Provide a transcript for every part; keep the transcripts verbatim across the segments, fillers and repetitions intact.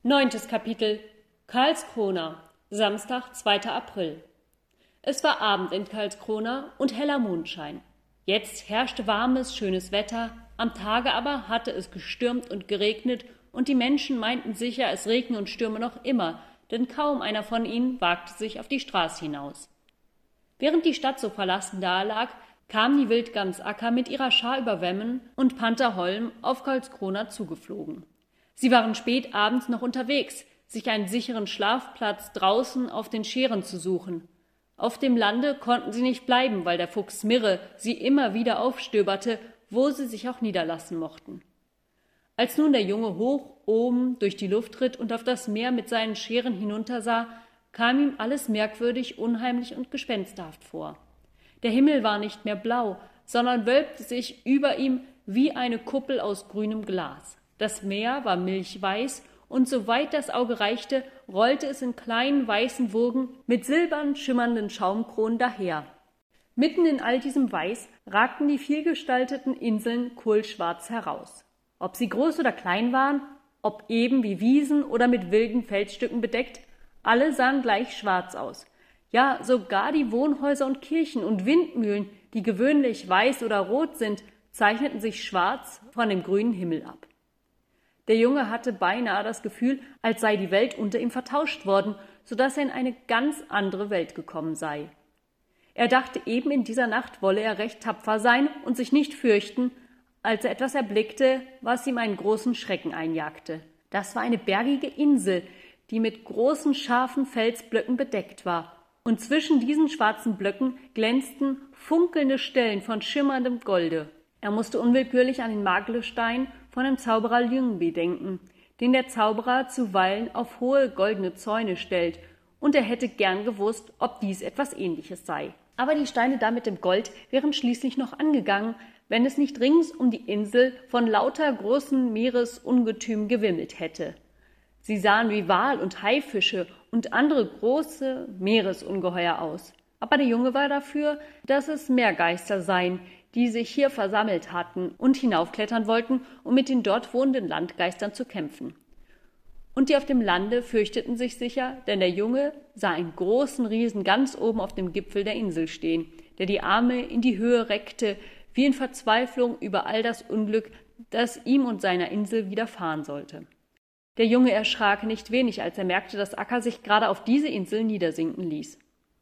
Neuntes Kapitel Karlskrona, Samstag, zweiter April. Es war Abend in Karlskrona und heller Mondschein. Jetzt herrschte warmes, schönes Wetter, am Tage aber hatte es gestürmt und geregnet, und die Menschen meinten sicher, es regne und stürme noch immer, denn kaum einer von ihnen wagte sich auf die Straße hinaus. Während die Stadt so verlassen dalag, kam die Wildgans Akka mit ihrer Schar über Wemmen und Panther Holm auf Karlskrona zugeflogen. Sie waren spät abends noch unterwegs, sich einen sicheren Schlafplatz draußen auf den Schären zu suchen. Auf dem Lande konnten sie nicht bleiben, weil der Fuchs Mirre sie immer wieder aufstöberte, wo sie sich auch niederlassen mochten. Als nun der Junge hoch oben durch die Luft ritt und auf das Meer mit seinen Scheren hinuntersah, kam ihm alles merkwürdig, unheimlich und gespensterhaft vor. Der Himmel war nicht mehr blau, sondern wölbte sich über ihm wie eine Kuppel aus grünem Glas. Das Meer war milchweiß, und soweit das Auge reichte, rollte es in kleinen weißen Wogen mit silbern schimmernden Schaumkronen daher. Mitten in all diesem Weiß ragten die vielgestalteten Inseln kohlschwarz heraus. Ob sie groß oder klein waren, ob eben wie Wiesen oder mit wilden Felsstücken bedeckt, alle sahen gleich schwarz aus. Ja, sogar die Wohnhäuser und Kirchen und Windmühlen, die gewöhnlich weiß oder rot sind, zeichneten sich schwarz von dem grünen Himmel ab. Der Junge hatte beinahe das Gefühl, als sei die Welt unter ihm vertauscht worden, so dass er in eine ganz andere Welt gekommen sei. Er dachte, eben in dieser Nacht wolle er recht tapfer sein und sich nicht fürchten, als er etwas erblickte, was ihm einen großen Schrecken einjagte. Das war eine bergige Insel, die mit großen, scharfen Felsblöcken bedeckt war, und zwischen diesen schwarzen Blöcken glänzten funkelnde Stellen von schimmerndem Golde. Er musste unwillkürlich an den Maglestein von dem Zauberer Ljungby denken, den der Zauberer zuweilen auf hohe goldene Zäune stellt, und er hätte gern gewusst, ob dies etwas Ähnliches sei. Aber die Steine da mit dem Gold wären schließlich noch angegangen, wenn es nicht rings um die Insel von lauter großen Meeresungetüm gewimmelt hätte. Sie sahen wie Wal- und Haifische und andere große Meeresungeheuer aus. Aber der Junge war dafür, dass es Meergeister seien, die sich hier versammelt hatten und hinaufklettern wollten, um mit den dort wohnenden Landgeistern zu kämpfen. Und die auf dem Lande fürchteten sich sicher, denn der Junge sah einen großen Riesen ganz oben auf dem Gipfel der Insel stehen, der die Arme in die Höhe reckte, wie in Verzweiflung über all das Unglück, das ihm und seiner Insel widerfahren sollte. Der Junge erschrak nicht wenig, als er merkte, dass Akka sich gerade auf diese Insel niedersinken ließ.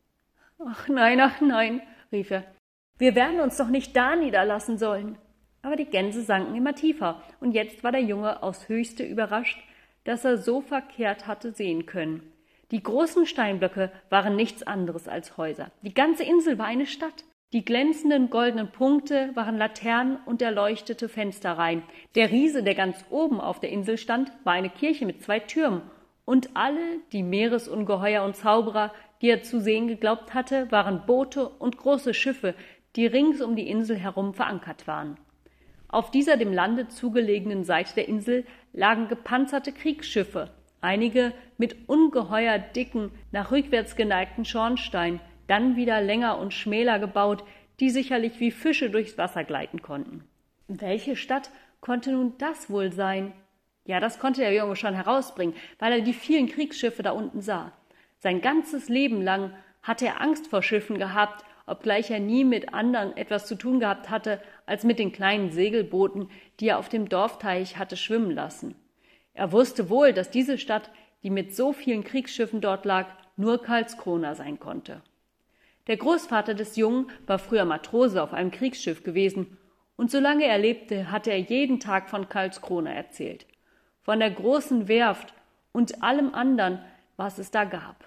»Ach nein, ach nein«, rief er, »wir werden uns doch nicht da niederlassen sollen.« Aber die Gänse sanken immer tiefer, und jetzt war der Junge aufs Höchste überrascht, dass er so verkehrt hatte sehen können. Die großen Steinblöcke waren nichts anderes als Häuser. Die ganze Insel war eine Stadt. Die glänzenden goldenen Punkte waren Laternen und erleuchtete Fensterreihen. Der Riese, der ganz oben auf der Insel stand, war eine Kirche mit zwei Türmen. Und alle die Meeresungeheuer und Zauberer, die er zu sehen geglaubt hatte, waren Boote und große Schiffe, die rings um die Insel herum verankert waren. Auf dieser dem Lande zugelegenen Seite der Insel lagen gepanzerte Kriegsschiffe, einige mit ungeheuer dicken, nach rückwärts geneigten Schornsteinen, dann wieder länger und schmäler gebaut, die sicherlich wie Fische durchs Wasser gleiten konnten. Welche Stadt konnte nun das wohl sein? Ja, das konnte der Junge schon herausbringen, weil er die vielen Kriegsschiffe da unten sah. Sein ganzes Leben lang hatte er Angst vor Schiffen gehabt, obgleich er nie mit anderen etwas zu tun gehabt hatte, als mit den kleinen Segelbooten, die er auf dem Dorfteich hatte schwimmen lassen. Er wusste wohl, dass diese Stadt, die mit so vielen Kriegsschiffen dort lag, nur Karlskrona sein konnte. Der Großvater des Jungen war früher Matrose auf einem Kriegsschiff gewesen, und solange er lebte, hatte er jeden Tag von Karlskrona erzählt, von der großen Werft und allem anderen, was es da gab.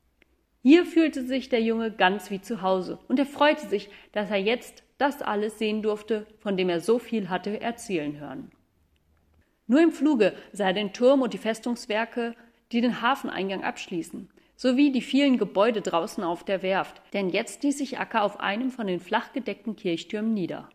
Hier fühlte sich der Junge ganz wie zu Hause, und er freute sich, dass er jetzt das alles sehen durfte, von dem er so viel hatte erzählen hören. Nur im Fluge sah er den Turm und die Festungswerke, die den Hafeneingang abschließen, sowie die vielen Gebäude draußen auf der Werft, denn jetzt ließ sich Akka auf einem von den flach gedeckten Kirchtürmen nieder.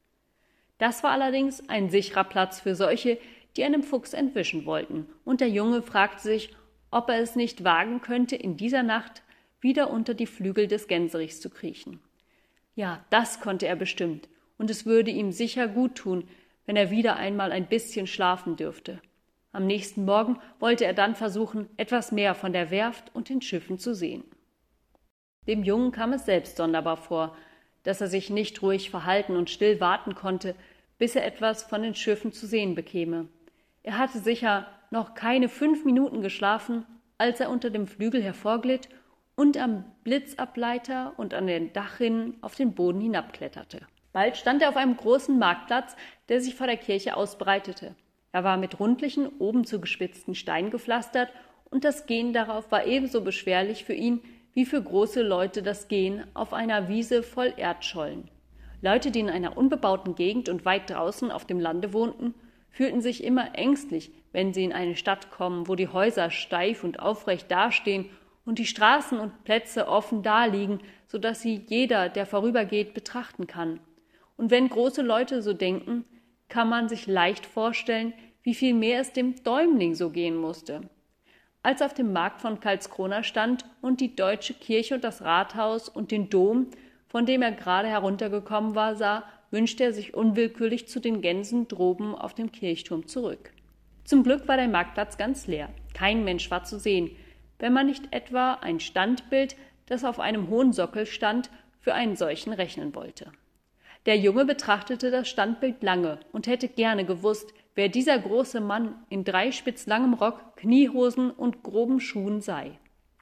Das war allerdings ein sicherer Platz für solche, die einem Fuchs entwischen wollten, und der Junge fragte sich, ob er es nicht wagen könnte, in dieser Nacht wieder unter die Flügel des Gänserichs zu kriechen. Ja, das konnte er bestimmt, und es würde ihm sicher gut tun, wenn er wieder einmal ein bisschen schlafen dürfte. Am nächsten Morgen wollte er dann versuchen, etwas mehr von der Werft und den Schiffen zu sehen. Dem Jungen kam es selbst sonderbar vor, dass er sich nicht ruhig verhalten und still warten konnte, bis er etwas von den Schiffen zu sehen bekäme. Er hatte sicher noch keine fünf Minuten geschlafen, als er unter dem Flügel hervorglitt und am Blitzableiter und an den Dachrinnen auf den Boden hinabkletterte. Bald stand er auf einem großen Marktplatz, der sich vor der Kirche ausbreitete. Er war mit rundlichen, oben zugespitzten Steinen gepflastert, und das Gehen darauf war ebenso beschwerlich für ihn wie für große Leute das Gehen auf einer Wiese voll Erdschollen. Leute, die in einer unbebauten Gegend und weit draußen auf dem Lande wohnten, fühlten sich immer ängstlich, wenn sie in eine Stadt kommen, wo die Häuser steif und aufrecht dastehen und die Straßen und Plätze offen daliegen, so dass sie jeder, der vorübergeht, betrachten kann. Und wenn große Leute so denken, kann man sich leicht vorstellen, wie viel mehr es dem Däumling so gehen musste. Als er auf dem Markt von Karlskrona stand und die Deutsche Kirche und das Rathaus und den Dom, von dem er gerade heruntergekommen war, sah, wünschte er sich unwillkürlich zu den Gänsen droben auf dem Kirchturm zurück. Zum Glück war der Marktplatz ganz leer. Kein Mensch war zu sehen, wenn man nicht etwa ein Standbild, das auf einem hohen Sockel stand, für einen solchen rechnen wollte. Der Junge betrachtete das Standbild lange und hätte gerne gewusst, wer dieser große Mann in dreispitzlangem Rock, Kniehosen und groben Schuhen sei.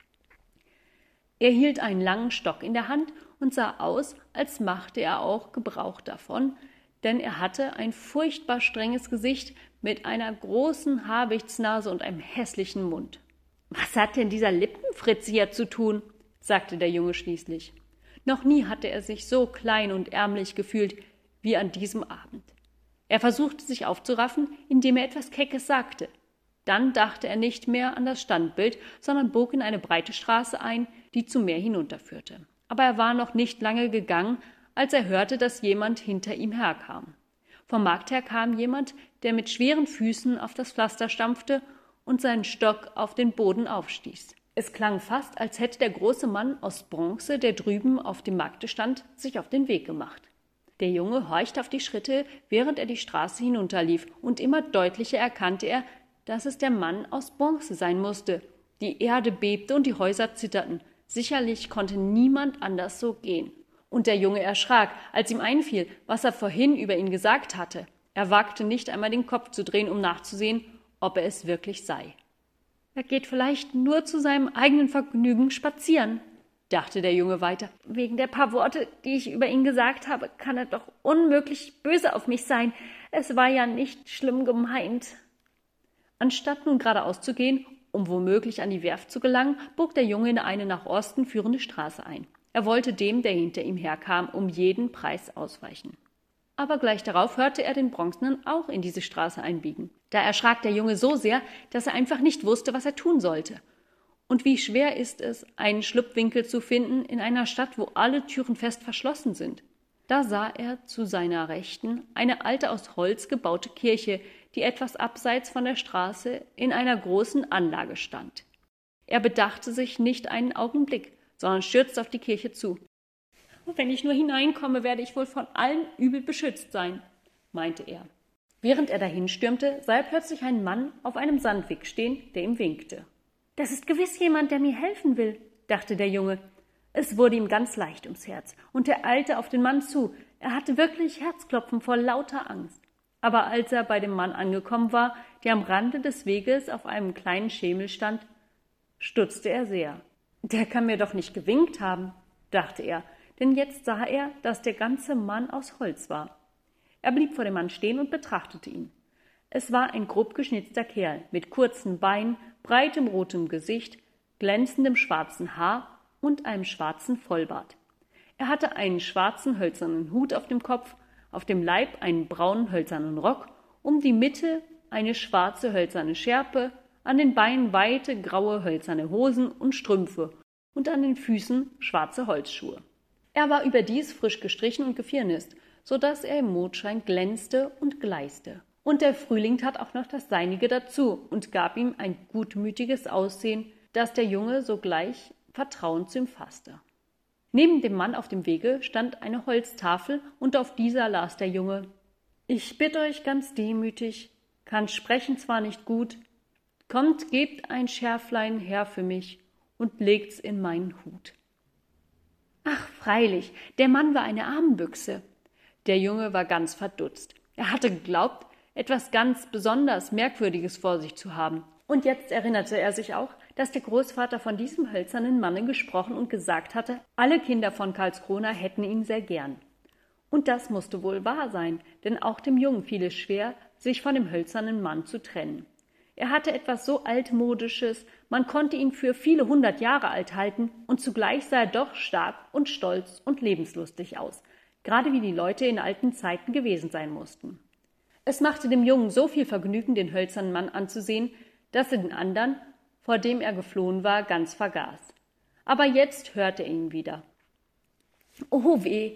Er hielt einen langen Stock in der Hand und sah aus, als machte er auch Gebrauch davon, denn er hatte ein furchtbar strenges Gesicht mit einer großen Habichtsnase und einem hässlichen Mund. »Was hat denn dieser Lippenfritz hier zu tun?« sagte der Junge schließlich. Noch nie hatte er sich so klein und ärmlich gefühlt wie an diesem Abend. Er versuchte sich aufzuraffen, indem er etwas Keckes sagte. Dann dachte er nicht mehr an das Standbild, sondern bog in eine breite Straße ein, die zum Meer hinunterführte. Aber er war noch nicht lange gegangen, als er hörte, dass jemand hinter ihm herkam. Vom Markt her kam jemand, der mit schweren Füßen auf das Pflaster stampfte und seinen Stock auf den Boden aufstieß. Es klang fast, als hätte der große Mann aus Bronze, der drüben auf dem Markte stand, sich auf den Weg gemacht. Der Junge horchte auf die Schritte, während er die Straße hinunterlief, und immer deutlicher erkannte er, dass es der Mann aus Bronze sein musste. Die Erde bebte und die Häuser zitterten. Sicherlich konnte niemand anders so gehen. Und der Junge erschrak, als ihm einfiel, was er vorhin über ihn gesagt hatte. Er wagte nicht einmal den Kopf zu drehen, um nachzusehen, ob er es wirklich sei. »Er geht vielleicht nur zu seinem eigenen Vergnügen spazieren«, dachte der Junge weiter. »Wegen der paar Worte, die ich über ihn gesagt habe, kann er doch unmöglich böse auf mich sein. Es war ja nicht schlimm gemeint.« Anstatt nun geradeaus zu gehen, um womöglich an die Werft zu gelangen, bog der Junge in eine nach Osten führende Straße ein. Er wollte dem, der hinter ihm herkam, um jeden Preis ausweichen. Aber gleich darauf hörte er den Bronzenen auch in diese Straße einbiegen. Da erschrak der Junge so sehr, dass er einfach nicht wusste, was er tun sollte. Und wie schwer ist es, einen Schlupfwinkel zu finden in einer Stadt, wo alle Türen fest verschlossen sind. Da sah er zu seiner Rechten eine alte aus Holz gebaute Kirche, die etwas abseits von der Straße in einer großen Anlage stand. Er bedachte sich nicht einen Augenblick, sondern stürzte auf die Kirche zu. »Wenn ich nur hineinkomme, werde ich wohl von allen übel beschützt sein«, meinte er. Während er dahin stürmte, sah er plötzlich einen Mann auf einem Sandweg stehen, der ihm winkte. »Das ist gewiss jemand, der mir helfen will«, dachte der Junge. Es wurde ihm ganz leicht ums Herz, und er eilte auf den Mann zu. Er hatte wirklich Herzklopfen vor lauter Angst. Aber als er bei dem Mann angekommen war, der am Rande des Weges auf einem kleinen Schemel stand, stutzte er sehr. »Der kann mir doch nicht gewinkt haben«, dachte er, denn jetzt sah er, dass der ganze Mann aus Holz war. Er blieb vor dem Mann stehen und betrachtete ihn. Es war ein grob geschnitzter Kerl mit kurzen Beinen, breitem rotem Gesicht, glänzendem schwarzen Haar und einem schwarzen Vollbart. Er hatte einen schwarzen hölzernen Hut auf dem Kopf, auf dem Leib einen braunen hölzernen Rock, um die Mitte eine schwarze hölzerne Schärpe, an den Beinen weite graue hölzerne Hosen und Strümpfe und an den Füßen schwarze Holzschuhe. Er war überdies frisch gestrichen und gefirnist, so dass er im Mondschein glänzte und gleißte. Und der Frühling tat auch noch das Seinige dazu und gab ihm ein gutmütiges Aussehen, das der Junge sogleich Vertrauen zu ihm fasste. Neben dem Mann auf dem Wege stand eine Holztafel, und auf dieser las der Junge: »Ich bitte euch ganz demütig, kann sprechen zwar nicht gut, kommt, gebt ein Schärflein her für mich und legt's in meinen Hut. Ach, freilich, der Mann war eine Armenbüchse. Der Junge war ganz verdutzt. Er hatte geglaubt, etwas ganz besonders Merkwürdiges vor sich zu haben. Und jetzt erinnerte er sich auch, dass der Großvater von diesem hölzernen Manne gesprochen und gesagt hatte, alle Kinder von Karlskrona hätten ihn sehr gern. Und das musste wohl wahr sein, denn auch dem Jungen fiel es schwer, sich von dem hölzernen Mann zu trennen. Er hatte etwas so Altmodisches, man konnte ihn für viele hundert Jahre alt halten, und zugleich sah er doch stark und stolz und lebenslustig aus, gerade wie die Leute in alten Zeiten gewesen sein mussten. Es machte dem Jungen so viel Vergnügen, den hölzernen Mann anzusehen, dass er den anderen, vor dem er geflohen war, ganz vergaß. Aber jetzt hörte er ihn wieder. Oh weh!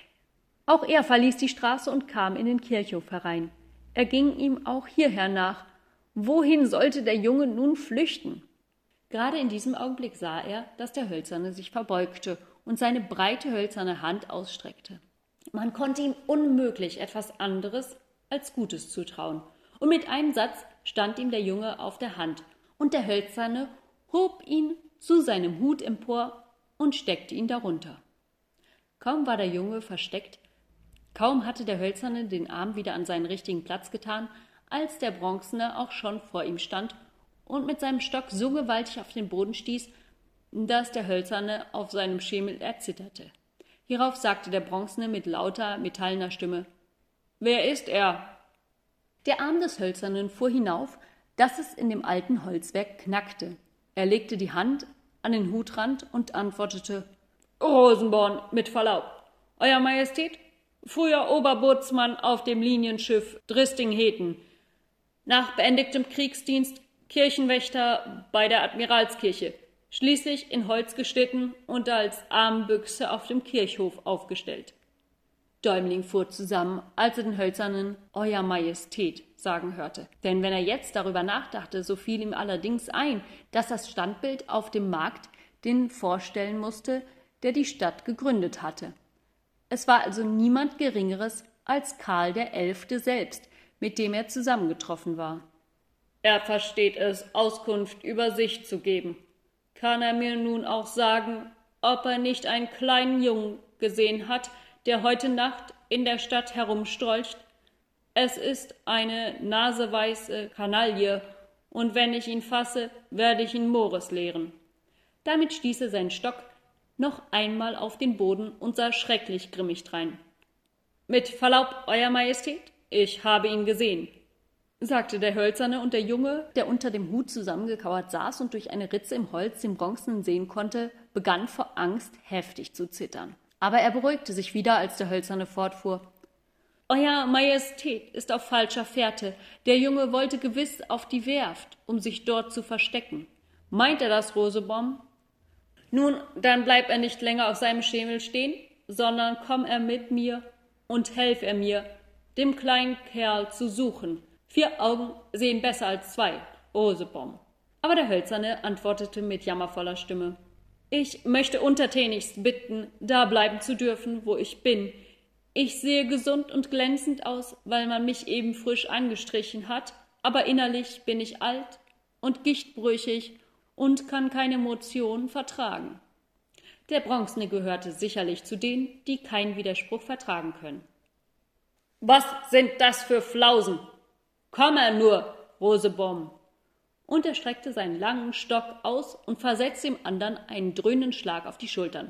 Auch er verließ die Straße und kam in den Kirchhof herein. Er ging ihm auch hierher nach. Wohin sollte der Junge nun flüchten? Gerade in diesem Augenblick sah er, dass der Hölzerne sich verbeugte und seine breite hölzerne Hand ausstreckte. Man konnte ihm unmöglich etwas anderes als Gutes zutrauen. Und mit einem Satz stand ihm der Junge auf der Hand, und der Hölzerne hob ihn zu seinem Hut empor und steckte ihn darunter. Kaum war der Junge versteckt, kaum hatte der Hölzerne den Arm wieder an seinen richtigen Platz getan, als der Bronzene auch schon vor ihm stand und mit seinem Stock so gewaltig auf den Boden stieß, dass der Hölzerne auf seinem Schemel erzitterte. Hierauf sagte der Bronzene mit lauter, metallener Stimme: »Wer ist er?« Der Arm des Hölzernen fuhr hinauf, dass es in dem alten Holzwerk knackte. Er legte die Hand an den Hutrand und antwortete: »Rosenborn, mit Verlaub. Euer Majestät, früher Oberbootsmann auf dem Linienschiff Dristingheden, nach beendigtem Kriegsdienst Kirchenwächter bei der Admiralskirche, schließlich in Holz geschnitten und als Armbüchse auf dem Kirchhof aufgestellt.« Däumling fuhr zusammen, als er den Hölzernen »Euer Majestät« sagen hörte. Denn wenn er jetzt darüber nachdachte, so fiel ihm allerdings ein, dass das Standbild auf dem Markt den vorstellen musste, der die Stadt gegründet hatte. Es war also niemand Geringeres als Karl der Elfte selbst, mit dem er zusammengetroffen war. »Er versteht es, Auskunft über sich zu geben. Kann er mir nun auch sagen, ob er nicht einen kleinen Jungen gesehen hat, der heute Nacht in der Stadt herumstrolcht? Es ist eine naseweiße Kanaille, und wenn ich ihn fasse, werde ich ihn Mores lehren.« Damit stieß er seinen Stock noch einmal auf den Boden und sah schrecklich grimmig drein. »Mit Verlaub, Euer Majestät, ich habe ihn gesehen«, sagte der Hölzerne, und der Junge, der unter dem Hut zusammengekauert saß und durch eine Ritze im Holz den Bronzenen sehen konnte, begann vor Angst heftig zu zittern. Aber er beruhigte sich wieder, als der Hölzerne fortfuhr. »Euer Majestät ist auf falscher Fährte. Der Junge wollte gewiss auf die Werft, um sich dort zu verstecken. Meint er das, Rosebom? Nun, dann bleib er nicht länger auf seinem Schemel stehen, sondern komm er mit mir und helf er mir, dem kleinen Kerl zu suchen. Vier Augen sehen besser als zwei, Rosebom.« Aber der Hölzerne antwortete mit jammervoller Stimme: »Ich möchte untertänigst bitten, da bleiben zu dürfen, wo ich bin. Ich sehe gesund und glänzend aus, weil man mich eben frisch angestrichen hat, aber innerlich bin ich alt und gichtbrüchig und kann keine Motion vertragen.« Der Bronzene gehörte sicherlich zu denen, die keinen Widerspruch vertragen können. »Was sind das für Flausen? Komm er nur, Rosebom!« Und er streckte seinen langen Stock aus und versetzte dem anderen einen dröhnenden Schlag auf die Schultern.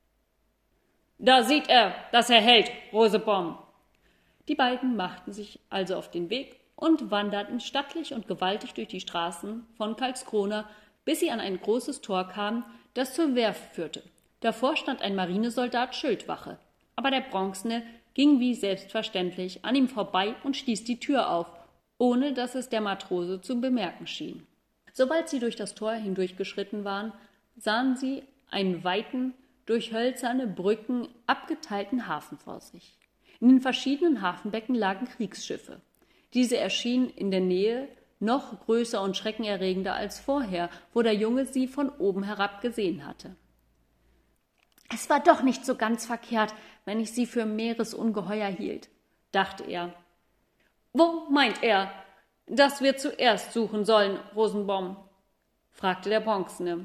»Da sieht er, dass er hält, Rosebom!« Die beiden machten sich also auf den Weg und wanderten stattlich und gewaltig durch die Straßen von Karlskrona, bis sie an ein großes Tor kamen, das zur Werft führte. Davor stand ein Marinesoldat Schildwache, aber der Bronzene ging wie selbstverständlich an ihm vorbei und stieß die Tür auf, ohne dass es der Matrose zu bemerken schien. Sobald sie durch das Tor hindurchgeschritten waren, sahen sie einen weiten, durch hölzerne Brücken abgeteilten Hafen vor sich. In den verschiedenen Hafenbecken lagen Kriegsschiffe. Diese erschienen in der Nähe noch größer und schreckenerregender als vorher, wo der Junge sie von oben herab gesehen hatte. »Es war doch nicht so ganz verkehrt, wenn ich sie für Meeresungeheuer hielt«, dachte er. »Wo meint er, das wir zuerst suchen sollen, Rosenbaum?« fragte der Bronzene.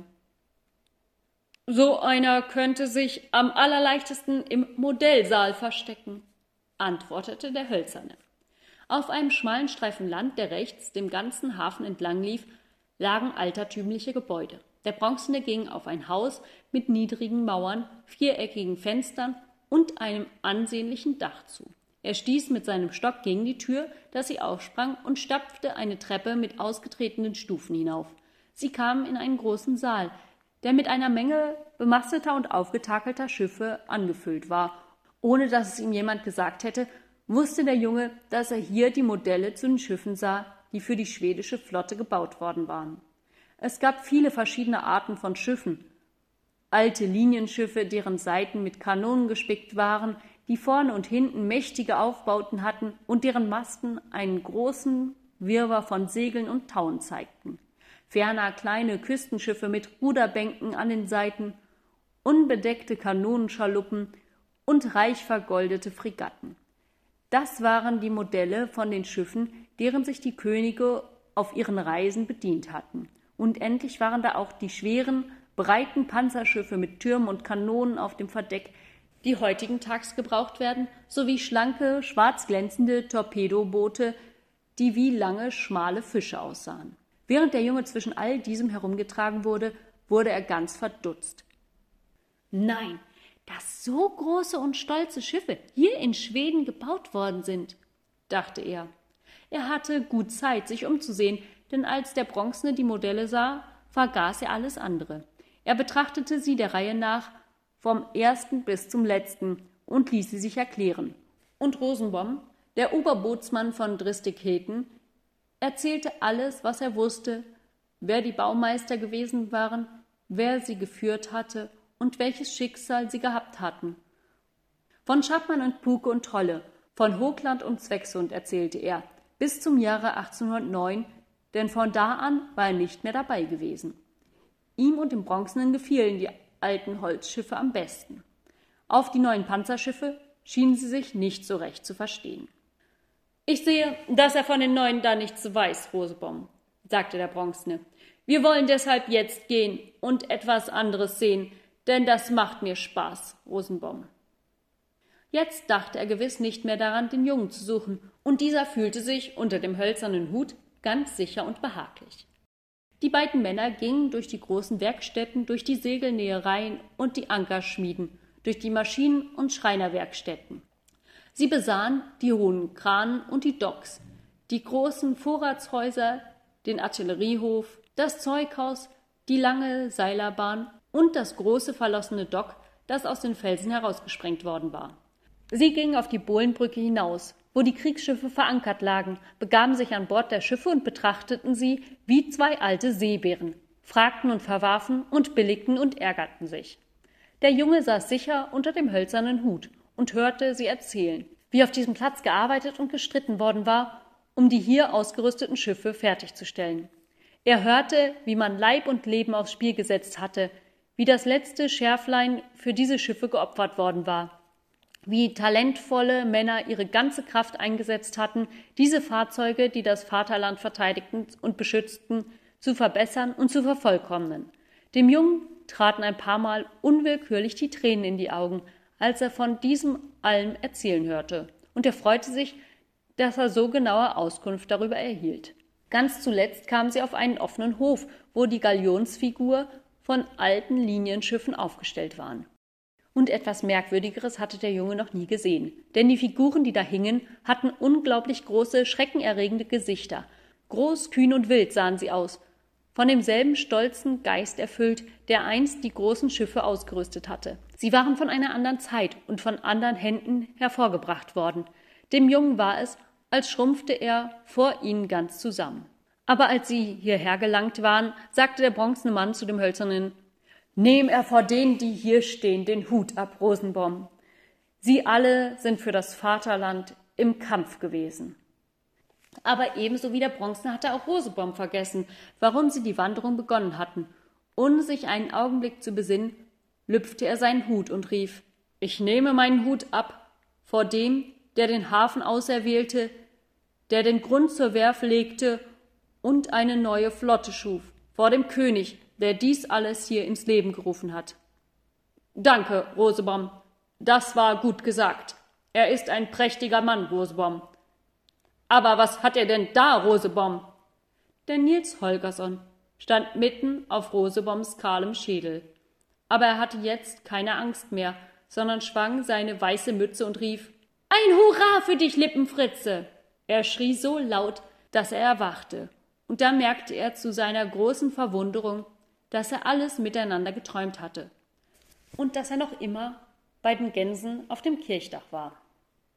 »So einer könnte sich am allerleichtesten im Modellsaal verstecken«, antwortete der Hölzerne. Auf einem schmalen Streifen Land, der rechts dem ganzen Hafen entlang lief, lagen altertümliche Gebäude. Der Bronzene ging auf ein Haus mit niedrigen Mauern, viereckigen Fenstern und einem ansehnlichen Dach zu. Er stieß mit seinem Stock gegen die Tür, dass sie aufsprang, und stapfte eine Treppe mit ausgetretenen Stufen hinauf. Sie kamen in einen großen Saal, der mit einer Menge bemasteter und aufgetakelter Schiffe angefüllt war. Ohne dass es ihm jemand gesagt hätte, wusste der Junge, dass er hier die Modelle zu den Schiffen sah, die für die schwedische Flotte gebaut worden waren. Es gab viele verschiedene Arten von Schiffen. Alte Linienschiffe, deren Seiten mit Kanonen gespickt waren, die vorne und hinten mächtige Aufbauten hatten und deren Masten einen großen Wirrwarr von Segeln und Tauen zeigten. Ferner kleine Küstenschiffe mit Ruderbänken an den Seiten, unbedeckte Kanonenschaluppen und reich vergoldete Fregatten. Das waren die Modelle von den Schiffen, deren sich die Könige auf ihren Reisen bedient hatten. Und endlich waren da auch die schweren, breiten Panzerschiffe mit Türmen und Kanonen auf dem Verdeck, die heutigen Tags gebraucht werden, sowie schlanke, schwarz glänzende Torpedoboote, die wie lange, schmale Fische aussahen. Während der Junge zwischen all diesem herumgetragen wurde, wurde er ganz verdutzt. »Nein, dass so große und stolze Schiffe hier in Schweden gebaut worden sind«, dachte er. Er hatte gut Zeit, sich umzusehen, denn als der Bronzene die Modelle sah, vergaß er alles andere. Er betrachtete sie der Reihe nach vom ersten bis zum letzten und ließ sie sich erklären. Und Rosenbaum, der Oberbootsmann von Dristigheten, erzählte alles, was er wusste, wer die Baumeister gewesen waren, wer sie geführt hatte und welches Schicksal sie gehabt hatten. Von Schappmann und Puke und Trolle, von Hoogland und Zweckshund erzählte er, bis zum Jahre achtzehnhundertneun, denn von da an war er nicht mehr dabei gewesen. Ihm und dem Bronzenen gefielen die alten Holzschiffe am besten. Auf die neuen Panzerschiffe schienen sie sich nicht so recht zu verstehen. »Ich sehe, dass er von den Neuen da nichts weiß, Rosenbaum«, sagte der Bronzene. »Wir wollen deshalb jetzt gehen und etwas anderes sehen, denn das macht mir Spaß, Rosenbaum.« Jetzt dachte er gewiss nicht mehr daran, den Jungen zu suchen, und dieser fühlte sich unter dem hölzernen Hut ganz sicher und behaglich. Die beiden Männer gingen durch die großen Werkstätten, durch die Segelnähereien und die Ankerschmieden, durch die Maschinen- und Schreinerwerkstätten. Sie besahen die hohen Kranen und die Docks, die großen Vorratshäuser, den Artilleriehof, das Zeughaus, die lange Seilerbahn und das große verlassene Dock, das aus den Felsen herausgesprengt worden war. Sie gingen auf die Bohlenbrücke hinaus, wo die Kriegsschiffe verankert lagen, begaben sich an Bord der Schiffe und betrachteten sie wie zwei alte Seebären, fragten und verwarfen und billigten und ärgerten sich. Der Junge saß sicher unter dem hölzernen Hut und hörte sie erzählen, wie auf diesem Platz gearbeitet und gestritten worden war, um die hier ausgerüsteten Schiffe fertigzustellen. Er hörte, wie man Leib und Leben aufs Spiel gesetzt hatte, wie das letzte Schärflein für diese Schiffe geopfert worden war, wie talentvolle Männer ihre ganze Kraft eingesetzt hatten, diese Fahrzeuge, die das Vaterland verteidigten und beschützten, zu verbessern und zu vervollkommnen. Dem Jungen traten ein paar Mal unwillkürlich die Tränen in die Augen, als er von diesem allem erzählen hörte, und er freute sich, dass er so genaue Auskunft darüber erhielt. Ganz zuletzt kamen sie auf einen offenen Hof, wo die Galionsfigur von alten Linienschiffen aufgestellt waren. Und etwas Merkwürdigeres hatte der Junge noch nie gesehen, denn die Figuren, die da hingen, hatten unglaublich große, schreckenerregende Gesichter. Groß, kühn und wild sahen sie aus, von demselben stolzen Geist erfüllt, der einst die großen Schiffe ausgerüstet hatte. Sie waren von einer anderen Zeit und von anderen Händen hervorgebracht worden. Dem Jungen war es, als schrumpfte er vor ihnen ganz zusammen. Aber als sie hierher gelangt waren, sagte der bronzene Mann zu dem Hölzernen: »Nehm er vor denen, die hier stehen, den Hut ab, Rosenbaum. Sie alle sind für das Vaterland im Kampf gewesen.« Aber ebenso wie der Bronzene hatte auch Rosenbaum vergessen, warum sie die Wanderung begonnen hatten. Ohne sich einen Augenblick zu besinnen, lüpfte er seinen Hut und rief: »Ich nehme meinen Hut ab vor dem, der den Hafen auserwählte, der den Grund zur Werft legte und eine neue Flotte schuf, vor dem König, der dies alles hier ins Leben gerufen hat. Danke, Rosebaum, das war gut gesagt. Er ist ein prächtiger Mann, Rosebaum. Aber was hat er denn da, Rosebaum? Der Nils Holgersson stand mitten auf Rosebaums kahlem Schädel. Aber er hatte jetzt keine Angst mehr, sondern schwang seine weiße Mütze und rief: »Ein Hurra für dich, Lippenfritze!« Er schrie so laut, dass er erwachte, und da merkte er zu seiner großen Verwunderung, dass er alles miteinander geträumt hatte und dass er noch immer bei den Gänsen auf dem Kirchdach war.